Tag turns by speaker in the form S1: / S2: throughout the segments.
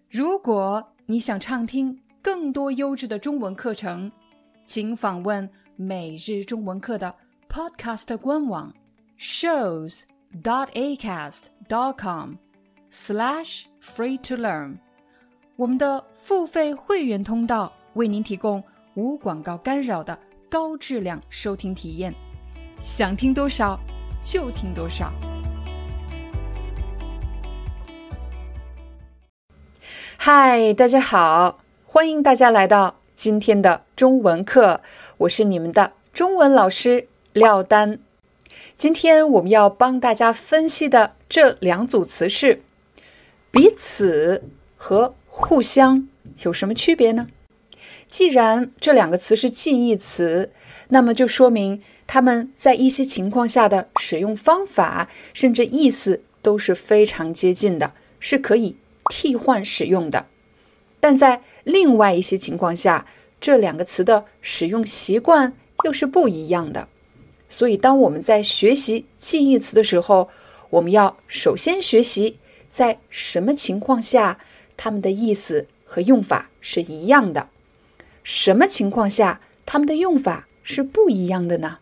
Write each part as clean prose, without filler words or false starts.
S1: 如果你想畅听更多优质的中文课程，请访问每日中文课的 Podcast 官网 shows.acast.com/free-to-learn。我们的付费会员通道为您提供无广告干扰的高质量收听体验，想听多少就听多少。嗨，大家好，欢迎大家来到今天的中文课，我是你们的中文老师廖丹。今天我们要帮大家分析的这两组词是彼此和互相有什么区别呢？既然这两个词是近义词，那么就说明它们在一些情况下的使用方法甚至意思都是非常接近的，是可以替换使用的。但在另外一些情况下，这两个词的使用习惯又是不一样的。所以当我们在学习近义词的时候，我们要首先学习在什么情况下它们的意思和用法是一样的，什么情况下它们的用法是不一样的呢？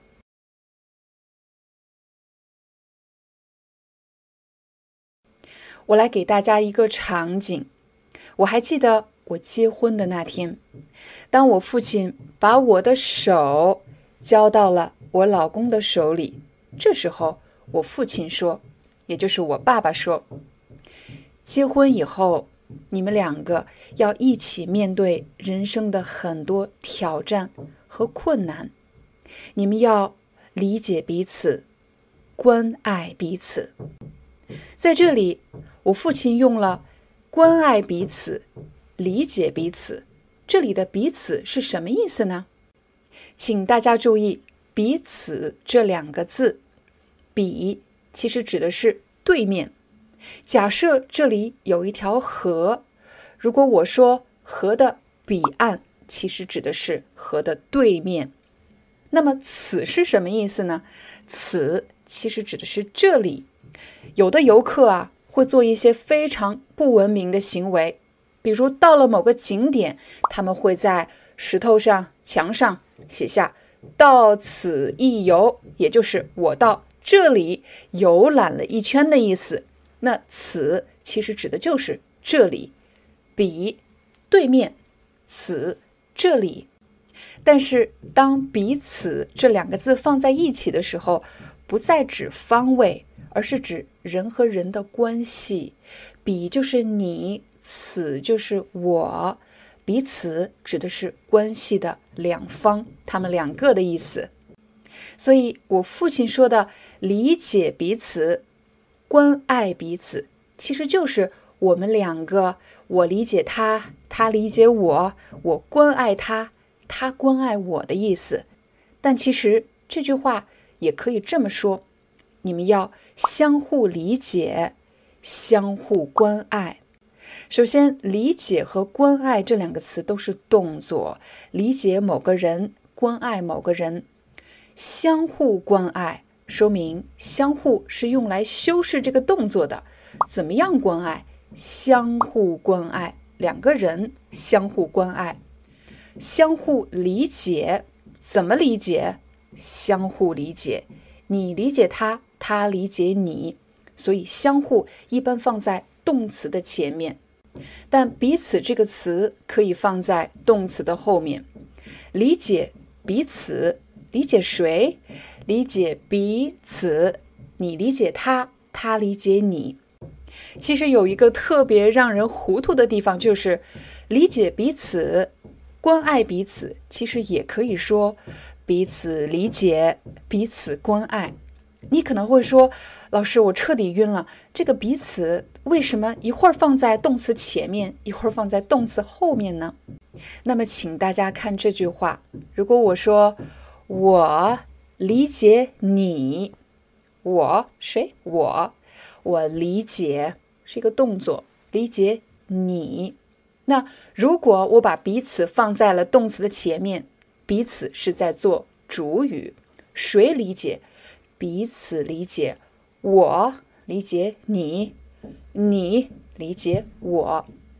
S1: 我来给大家一个场景。我还记得我结婚的那天，当我父亲把我的手交到了我老公的手里，这时候我父亲说，也就是我爸爸说，结婚以后你们两个要一起面对人生的很多挑战和困难，你们要理解彼此，关爱彼此。在这里我父亲用了关爱彼此，理解彼此，这里的彼此是什么意思呢？请大家注意彼此这两个字，彼其实指的是对面。假设这里有一条河，如果我说河的彼岸，其实指的是河的对面。那么此是什么意思呢？此其实指的是这里。有的游客会做一些非常不文明的行为，比如到了某个景点，他们会在石头上、墙上写下到此一游，也就是我到这里游览了一圈的意思。那此其实指的就是这里，彼对面，此这里。但是当彼此这两个字放在一起的时候，不再指方位，而是指人和人的关系。彼就是你，此就是我，彼此指的是关系的两方，他们两个的意思。所以我父亲说的理解彼此，关爱彼此，其实就是我们两个，我理解他，他理解我，我关爱他，他关爱我的意思。但其实这句话也可以这么说，你们要相互理解，相互关爱。首先，理解和关爱这两个词都是动作，理解某个人，关爱某个人。相互关爱说明相互是用来修饰这个动作的。怎么样关爱？相互关爱，两个人相互关爱。相互理解，怎么理解？相互理解，你理解他，他理解你，所以相互一般放在动词的前面，但彼此这个词可以放在动词的后面。理解彼此，理解谁？理解彼此，你理解他，他理解你。其实有一个特别让人糊涂的地方，就是理解彼此，关爱彼此，其实也可以说彼此理解，彼此关爱。你可能会说，老师，我彻底晕了，这个彼此为什么一会儿放在动词前面，一会儿放在动词后面呢？那么请大家看这句话，如果我说我理解你，我谁？我理解是一个动作，理解你。那如果我把彼此放在了动词的前面，彼此是在做主语，谁理解？彼此理解，我理解你，你理解我。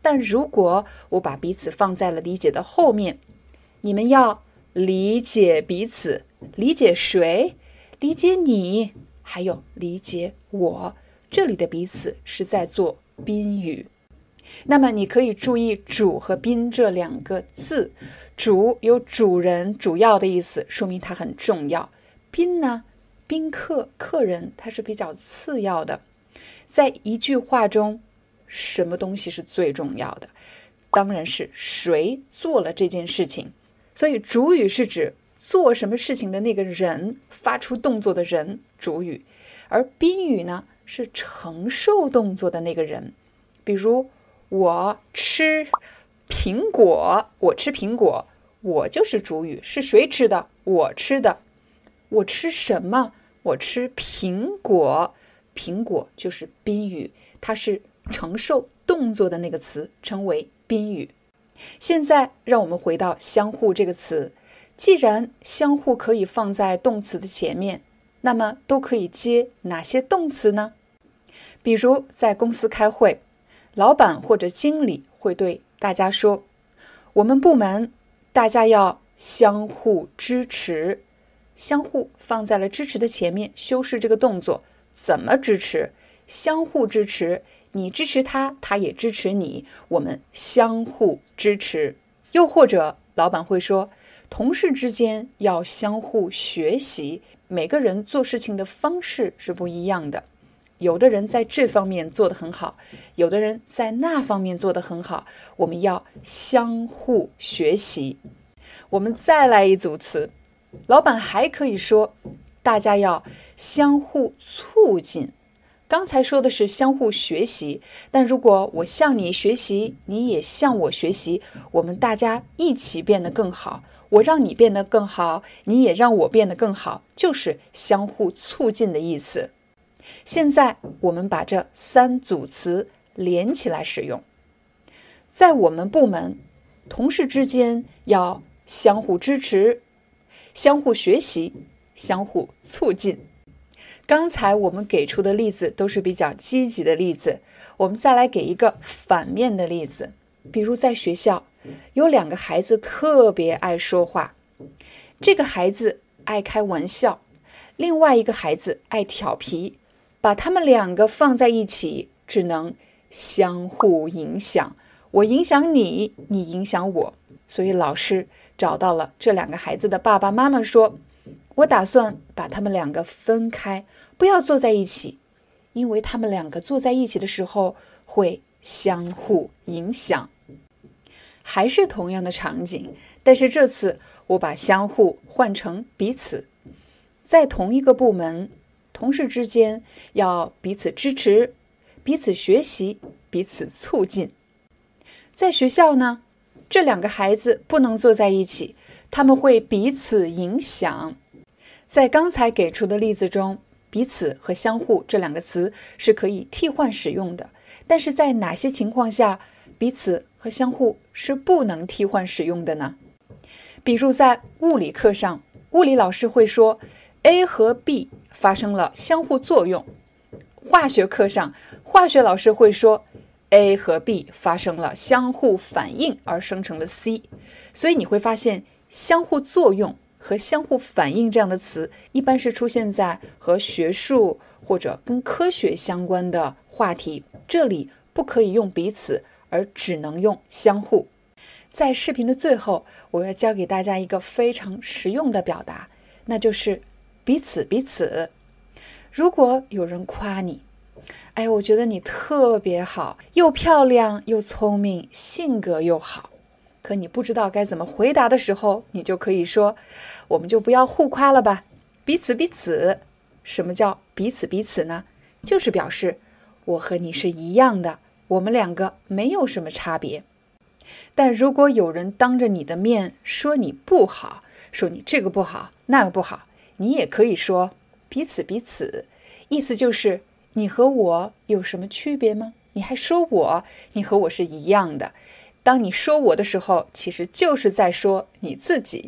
S1: 但如果我把彼此放在了理解的后面，你们要理解彼此，理解谁？理解你，还有理解我。这里的彼此是在做宾语。那么你可以注意主和宾这两个字，主有主人主要的意思，说明它很重要。宾呢，宾客客人，它是比较次要的。在一句话中，什么东西是最重要的？当然是谁做了这件事情。所以主语是指做什么事情的那个人，发出动作的人，主语。而宾语呢，是承受动作的那个人。比如我吃苹果，我就是主语，是谁吃的？我吃的。我吃什么？我吃苹果，苹果就是宾语，它是承受动作的那个词，称为宾语。现在让我们回到相互这个词，既然相互可以放在动词的前面，那么都可以接哪些动词呢？比如在公司开会，老板或者经理会对大家说，我们部门大家要相互支持，相互放在了支持的前面，修饰这个动作。怎么支持？相互支持，你支持他，他也支持你，我们相互支持。又或者老板会说，同事之间要相互学习，每个人做事情的方式是不一样的，有的人在这方面做得很好，有的人在那方面做得很好，我们要相互学习。我们再来一组词，老板还可以说，大家要相互促进。刚才说的是相互学习，但如果我向你学习，你也向我学习，我们大家一起变得更好，我让你变得更好，你也让我变得更好，就是相互促进的意思。现在我们把这三组词连起来使用。在我们部门，同事之间要相互支持，相互学习，相互促进。刚才我们给出的例子都是比较积极的例子，我们再来给一个反面的例子。比如在学校，有两个孩子特别爱说话，这个孩子爱开玩笑，另外一个孩子爱调皮，把他们两个放在一起，只能相互影响，我影响你，你影响我。所以老师找到了这两个孩子的爸爸妈妈，说，我打算把他们两个分开，不要坐在一起，因为他们两个坐在一起的时候会相互影响。还是同样的场景，但是这次我把相互换成彼此。在同一个部门，同事之间要彼此支持，彼此学习，彼此促进。在学校呢，这两个孩子不能坐在一起，他们会彼此影响。在刚才给出的例子中，彼此和相互这两个词是可以替换使用的，但是在哪些情况下彼此和相互是不能替换使用的呢？比如在物理课上，物理老师会说 A 和 B 发生了相互作用。化学课上，化学老师会说 A 和 B 发生了相互反应而生成了 C。 所以你会发现相互作用和相互反应这样的词一般是出现在和学术或者跟科学相关的话题，这里不可以用彼此，而只能用相互。在视频的最后，我要教给大家一个非常实用的表达，那就是彼此彼此。如果有人夸你，哎，我觉得你特别好，又漂亮又聪明，性格又好，可你不知道该怎么回答的时候，你就可以说，我们就不要互夸了吧，彼此彼此。什么叫彼此彼此呢？就是表示我和你是一样的，我们两个没有什么差别。但如果有人当着你的面说你不好，说你这个不好那个不好，你也可以说彼此彼此，意思就是你和我有什么区别吗？你还说我，你和我是一样的。当你说我的时候，其实就是在说你自己。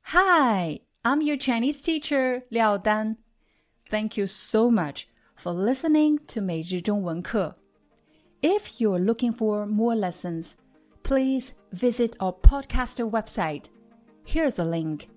S1: Hi, I'm your Chinese teacher, Liao Dan. Thank you so much for listening to 每日中文课. If you're looking for more lessons, please visit our podcaster website. Here's a link,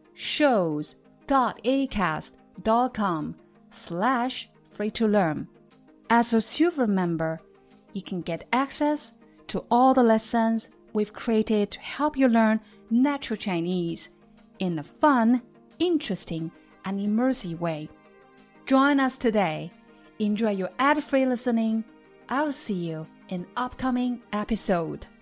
S1: shows.acast.com/free-to-learn. As a silver member, you can get access to all the lessons we've created to help you learn natural Chinese in a fun, interesting, and immersive way. Join us today. Enjoy your ad-free listening. I'll see you in upcoming episode.